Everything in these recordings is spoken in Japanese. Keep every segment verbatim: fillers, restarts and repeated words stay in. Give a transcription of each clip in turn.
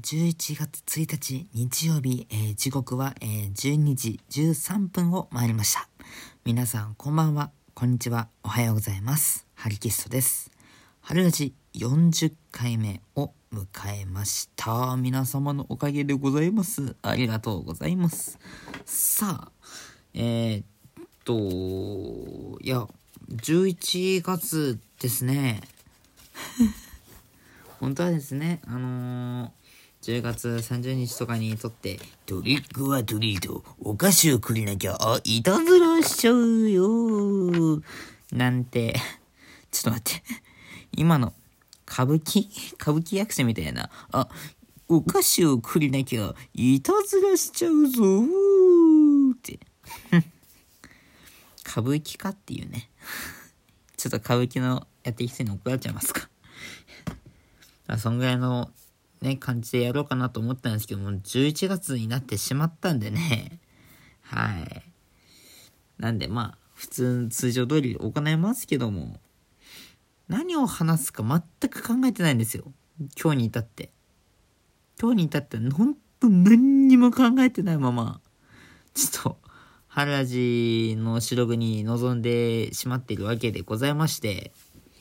じゅういちがつついたち日曜日、えー、時刻は、えー、じゅうにじじゅうさんぷんを回りました。皆さんこんばんは、こんにちは、おはようございます。ハリキストです。春ラジよんじゅっかいめを迎えました。皆様のおかげでございます。ありがとうございます。さあ、えー、っと、いや、じゅういちがつですね。本当はですね、あのー、じゅうがつさんじゅうにちとかにとって、トリックはトリート、お菓子をくれなきゃ、あ、いたずらしちゃうよなんて、ちょっと待って、今の、歌舞伎歌舞伎役者みたいな、あ、お菓子をくれなきゃ、いたずらしちゃうぞーって。歌舞伎かっていうね。ちょっと歌舞伎のやってる人に怒られちゃいますか。そんぐらいのね感じでやろうかなと思ったんですけども、じゅういちがつになってしまったんでね。はい。なんでまあ普通通常通り行いますけども、何を話すか全く考えてないんですよ。今日に至って。今日に至ってほんと何にも考えてないまま、ちょっと春ラジの収録に臨んでしまっているわけでございまして。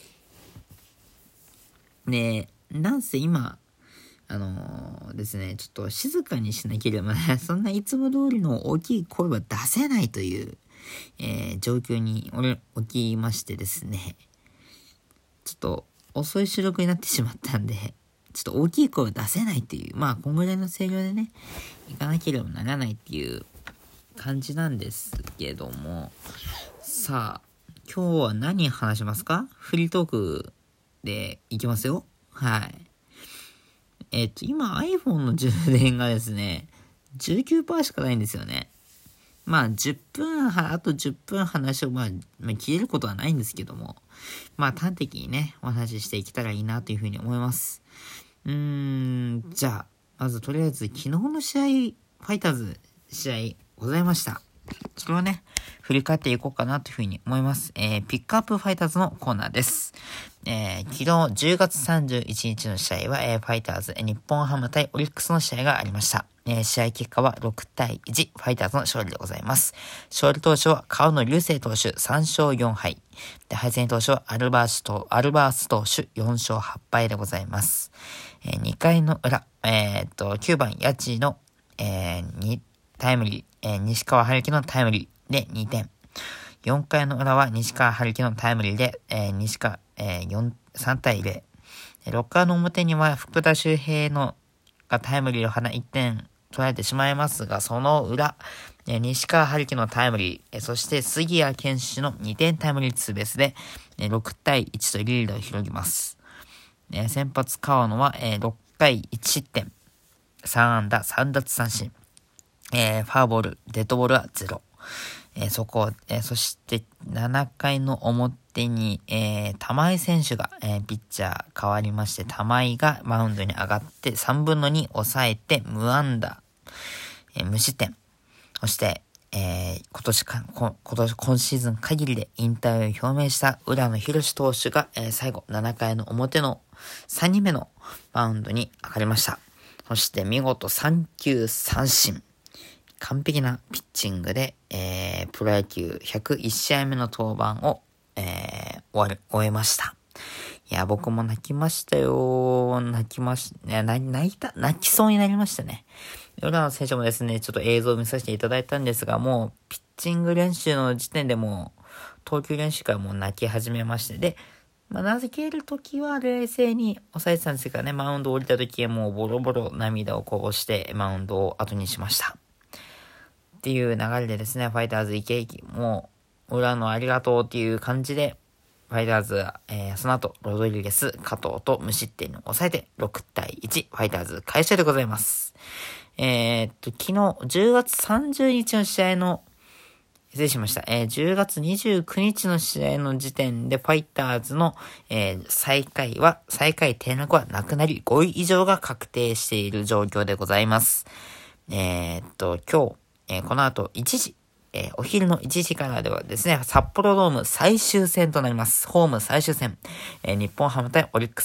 で、なんせ今、あのー、ですね、ちょっと静かにしなければね、そんないつも通りの大きい声は出せないという、えー、状況に起きましてですね、ちょっと遅い収録になってしまったんで、ちょっと大きい声は出せないっていう、まあ、こんぐらいの声量でね、いかなければならないっていう感じなんですけども、さあ、今日は何話しますか？フリートークでいきますよ。はい。えっと、今 iPhone の充電がですね、じゅうきゅうパーセント しかないんですよね。まあ、じゅっぷんは、あとじゅっぷん話を、まあ、まあ、消えることはないんですけども、まあ、端的にね、お話ししていけたらいいなというふうに思います。うーん、じゃあ、まずとりあえず、昨日の試合、ファイターズ試合ございました。それをね、振り返っていこうかなというふうに思います。えー、ピックアップファイターズのコーナーです。えー、昨日じゅうがつさんじゅういちにちの試合は、えー、ファイターズ、えー、日本ハム対オリックスの試合がありました。えー、試合結果はろくたいいち、ファイターズの勝利でございます。勝利投手は川野流星投手さんしょうよんはい。で、敗戦投手はアルバースとアルバース投手よんしょうはっぱいでございます。えー、にかいの裏、えー、っと、きゅうばんヤチの、えー、にタイムリー、えー、西川春樹のタイムリーでにてん。よんかいの裏は西川春樹のタイムリーで、えー、西川、えー、よん、さんたいゼロ。ろっかいの表には福田周平のがタイムリーを放いってん取られてしまいますが、その裏、えー、西川春樹のタイムリー、えー、そして杉谷拳士のにてんタイムリーツーベースで、えー、ろくたいいちとリードを広げます。えー、先発川野は、えー、ろっかいいちしってん、さんあんださんだつさんしん、えー、ファーボール、デッドボールはゼロ。えー、そこ、えー、そしてななかいの表に、えー、玉井選手が、えー、ピッチャー変わりまして、玉井がマウンドに上がってさんぶんのに抑えて無安打、えー、無失点。そして、えー、今年か、今年、今シーズン限りで引退を表明した浦野博投手が、えー、最後ななかいの表のさんにんめのマウンドに上がりました。そして見事さんきゅうさんしん。完璧なピッチングで、えー、プロ野球ひゃくいちしあいめの登板を、えー、終わる、終えました。いや、僕も泣きましたよ。泣きまし、いや、泣いた、泣きそうになりましたね。浦野選手もですね、ちょっと映像を見させていただいたんですが、もう、ピッチング練習の時点でもう、投球練習からもう泣き始めまして、で、まあ、名付けるときは冷静に抑えてたんですがね、マウンドを降りたときはもうボロボロ涙をこぼして、マウンドを後にしました。っていう流れでですね、ファイターズイケイケ、もう、裏のありがとうっていう感じで、ファイターズは、えー、その後、ロドリゲス、加藤と無失点に抑えて、ろくたいいち、ファイターズ快勝でございます。えー、っと、昨日、じゅうがつさんじゅうにちの試合の、失礼しました。えー、じゅうがつにじゅうくにちの試合の時点で、ファイターズの、えー、最下位は、最下位転落はなくなり、ごい以上が確定している状況でございます。えー、っと、今日、えー、この後いちじ、えー、お昼のいちじからではですね、札幌ドーム最終戦となります。ホーム最終戦、えー、日本ハム対オリックス、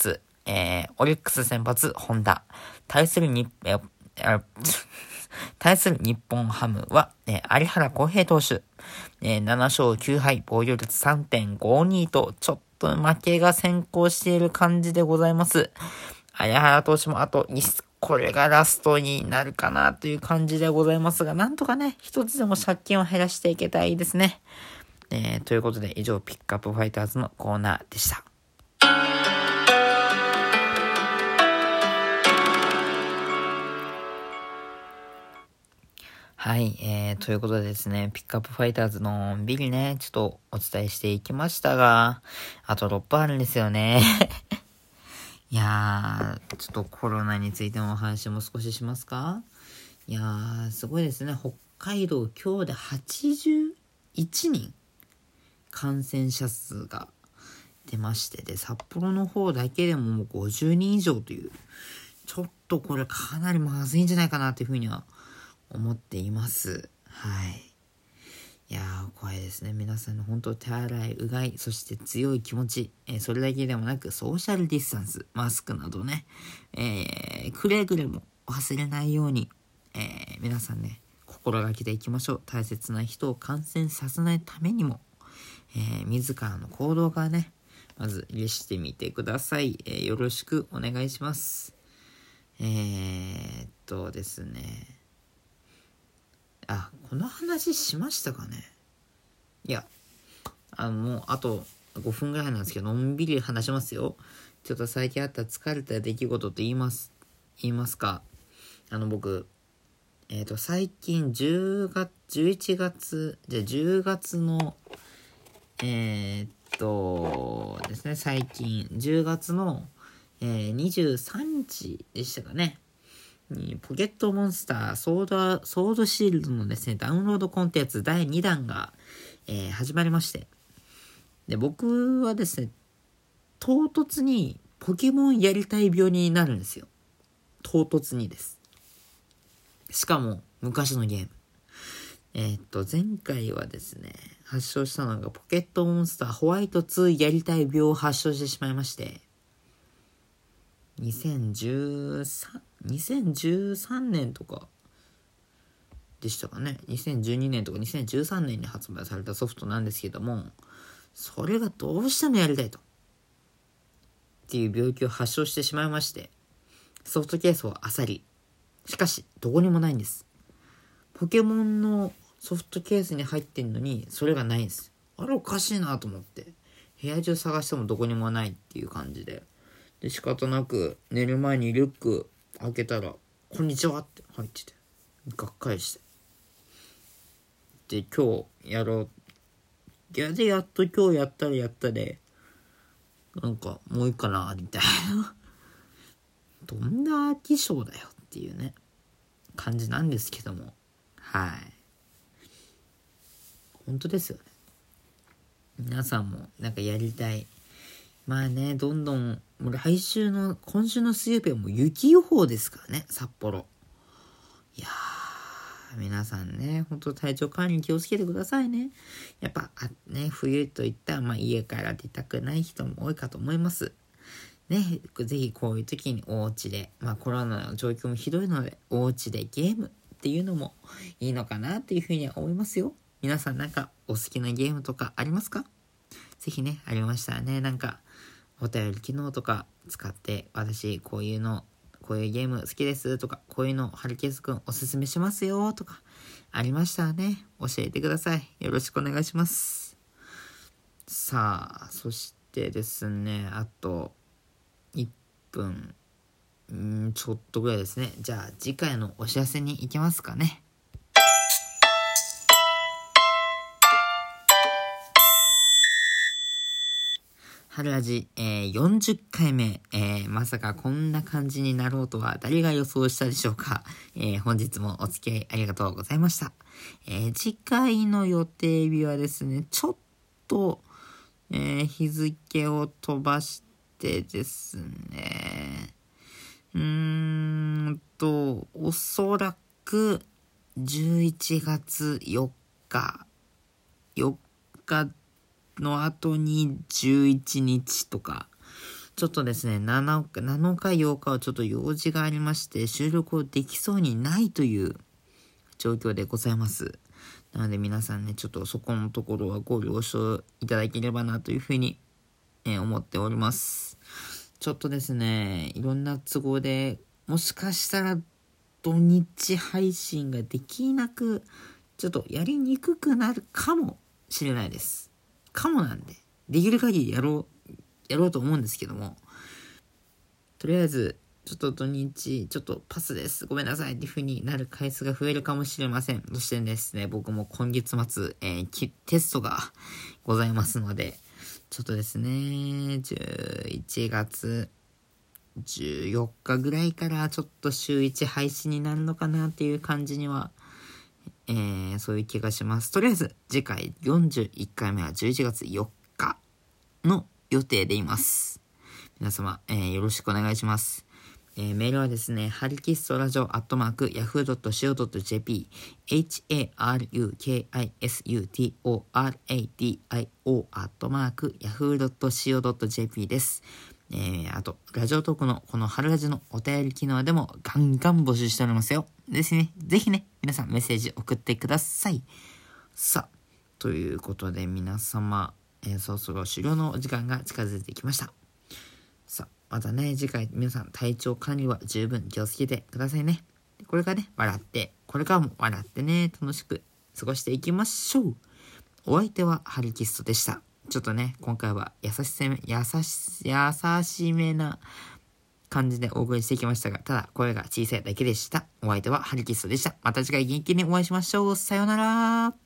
えー、オリックス先発、ホンダ。対する日、えー、対する日本ハムは、えー、有原航平投手。えー、なな勝きゅう敗、防御率 さんてんごに と、ちょっと負けが先行している感じでございます。有原投手もあと、これがラストになるかなという感じでございますが、なんとかね、一つでも借金を減らしていけたいですね。えー、ということで、以上、ピックアップファイターズのコーナーでした。はい、えー、ということでですね、ピックアップファイターズのんびりね、ちょっとお伝えしていきましたが、あとろっぷんあるんですよね。いやー、ちょっとコロナについてのお話も少ししますか？いやー、すごいですね。北海道、今日ではちじゅういちにん感染者数が出まして、で、札幌の方だけでももうごじゅうにん以上という、ちょっとこれかなりまずいんじゃないかなというふうには思っています。はい。いやー、怖いですね。皆さんの本当手洗い、うがい、そして強い気持ち、えー、それだけでもなくソーシャルディスタンス、マスクなどね、えー、くれぐれも忘れないように、えー、皆さんね、心がけていきましょう。大切な人を感染させないためにも、えー、自らの行動がね、まず入れしてみてください。えー、よろしくお願いします。えー、っとですね、あ、この話しましたかね。いや、あの、もう、あとごふんぐらいなんですけど、のんびり話しますよ。ちょっと最近あった疲れた出来事って言います、言いますか。あの、僕、えっと、最近じゅうがつ、じゅういちがつ、じゃじゅうがつの、えー、っと、ですね、最近、じゅうがつの、えー、にじゅうさんにちでしたかね。ポケットモンスターソード、ソードシールドのですね、ダウンロードコンテンツだいにだんが、えー、始まりまして。で、僕はですね、唐突にポケモンやりたい病になるんですよ。唐突にです。しかも、昔のゲーム。えー、っと、前回はですね、発症したのがポケットモンスターホワイトツーやりたい病を発症してしまいまして、にせんじゅうさん、にせんじゅうさんねんとかでしたかね。にせんじゅうにねんとかにせんじゅうさんねんに発売されたソフトなんですけども、それがどうしてもやりたいと。っていう病気を発症してしまいまして、ソフトケースを漁り、しかしどこにもないんです。ポケモンのソフトケースに入ってんのにそれがないんです。あれおかしいなと思って、部屋中探してもどこにもないっていう感じで、で仕方なく寝る前にリュック開けたらこんにちはって入ってて、がっかりして、で今日やろう、いやでやっと今日やったらやったで、なんかもういいかなみたいなどんな飽き性だよっていうね感じなんですけども、はい、本当ですよね。皆さんもなんかやりたい、まあね、どんどんもう来週の今週の水曜日はもう雪予報ですからね、札幌。いやー、皆さんね、本当体調管理に気をつけてくださいね。やっぱあね、冬といったらまあ家から出たくない人も多いかと思います。ね、ぜひこういう時にお家で、まあコロナの状況もひどいので、お家でゲームっていうのもいいのかなっていうふうには思いますよ。皆さんなんかお好きなゲームとかありますか？ぜひね、ありましたらね、なんかお便り機能とか使って、私こういうの、こういうゲーム好きですとか、こういうのハルケスくんおすすめしますよとか、ありましたらね、教えてください。よろしくお願いします。さあ、そしてですね、あといっぷん、んーちょっとぐらいですね。じゃあ次回のお知らせに行きますかね。春味、えー、よんじゅっかいめ、えー、まさかこんな感じになろうとは誰が予想したでしょうか。えー、本日もお付き合いありがとうございました。えー、次回の予定日はですね、ちょっと、えー、日付を飛ばしてですね、うーんと、おそらくじゅういちがつよっか、よっかの後にじゅういちにちとかちょっとですね、なのか、なのかようかはちょっと用事がありまして、収録をできそうにないという状況でございます。なので皆さんね、ちょっとそこのところはご了承いただければなというふうに、えー、思っております。ちょっとですね、いろんな都合で、もしかしたら土日配信ができなく、ちょっとやりにくくなるかもしれないです。かもなんで、できる限りやろう、やろうと思うんですけども、とりあえず、ちょっと土日、ちょっとパスです。ごめんなさいっていう風になる回数が増えるかもしれません。そしてですね、僕も今月末、えー、テストがございますので、ちょっとですね、じゅういちがつじゅうよっかぐらいからちょっと週いち配信になるのかなっていう感じには、えー、そういう気がします。とりあえず、次回よんじゅういっかいめはじゅういちがつよっかの予定でいます。皆様、えー、よろしくお願いします。えー、メールはですね、ハルキストラジオアットマークヤフードットシーオードットジェーピー エイチエーアールユーケーアイエスユーティーオーアールエーディーアイオー アットマークヤフードットシーオードットジェーピー です。えー、あと、ラジオトークのこの春ラジのお便り機能でもガンガン募集しておりますよ。ですね、ぜひね、皆さんメッセージ送ってください。さあ、ということで皆様、えー、そろそろ終了のお時間が近づいてきました。さあ、またね、次回皆さん体調管理は十分気をつけてくださいね。これからね、笑って、これからも笑ってね、楽しく過ごしていきましょう。お相手はハルキストでした。ちょっとね、今回は優しめ、優し、優しめな感じでお送りしてきましたが、ただ声が小さいだけでした。お相手はハルキストでした。また次回元気にお会いしましょう。さようなら。